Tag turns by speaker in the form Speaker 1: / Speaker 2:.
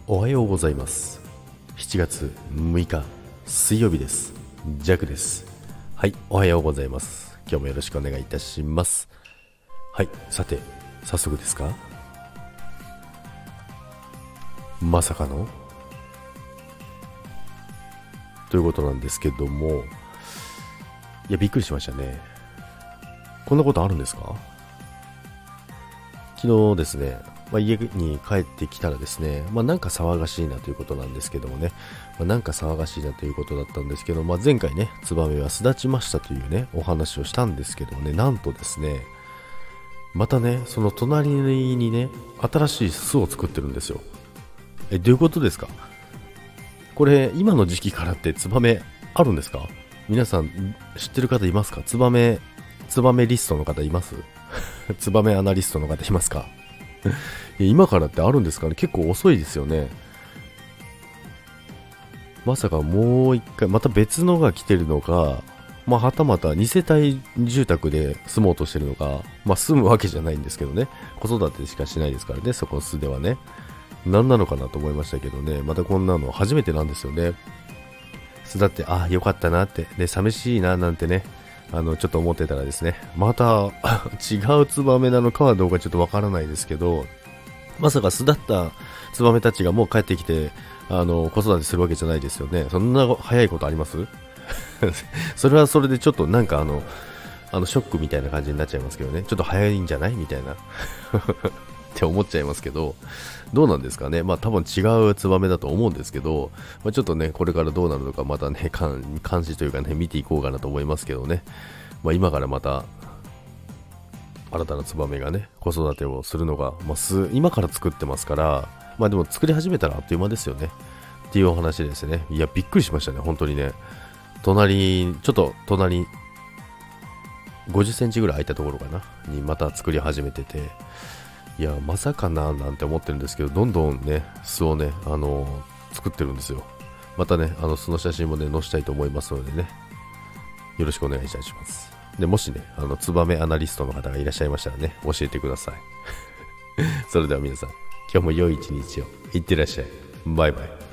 Speaker 1: おはようございます。7月6日水曜日です。ジャックです。はい、おはようございます。今日もよろしくお願いいたします。はい、さて早速ですか、まさかのということなんですけども、いやびっくりしましたね。こんなことあるんですか？昨日ですね、家に帰ってきたらですね、なんか騒がしいなということなんですけどもね、なんか騒がしいなということだったんですけど、前回ね、ツバメは巣立ちましたというね、お話をしたんですけどもね、なんとですね、またね、その隣にね、新しい巣を作ってるんですよ。どういうことですか？これ、今の時期からってツバメあるんですか？皆さん知ってる方いますか？ツバメリストの方います？ツバメアナリストの方いますか？今からってあるんですかね。結構遅いですよね。まさかもう一回また別のが来てるのか、はたまた2世帯住宅で住もうとしてるのか、住むわけじゃないんですけどね、子育てしかしないですからね、そこ巣ではね、何なのかなと思いましたけどね、またこんなの初めてなんですよね。巣立ってよかったなって、で寂しいななんてね、ちょっと思ってたらですね、また違うツバメなのかはどうかちょっとわからないですけど、まさか巣立ったツバメたちがもう帰ってきて子育てするわけじゃないですよね。そんな早いことあります？それはそれでちょっとなんかショックみたいな感じになっちゃいますけどね、ちょっと早いんじゃないみたいなって思っちゃいますけど、どうなんですかね。多分違うツバメだと思うんですけど、ちょっとねこれからどうなるのかまたね監視というかね見ていこうかなと思いますけどね。今からまた新たなツバメがね子育てをするのが、今から作ってますから、でも作り始めたらあっという間ですよねっていうお話ですね。いやびっくりしましたね本当にね。ちょっと隣50センチぐらい空いたところかなにまた作り始めてて、いやまさかななんて思ってるんですけど、どんどんね巣をね作ってるんですよ。またね巣の写真もね載せたいと思いますのでね、よろしくお願いいたします。でもしねツバメアナリストの方がいらっしゃいましたらね教えてください。それでは皆さん、今日も良い一日を。いってらっしゃい。バイバイ。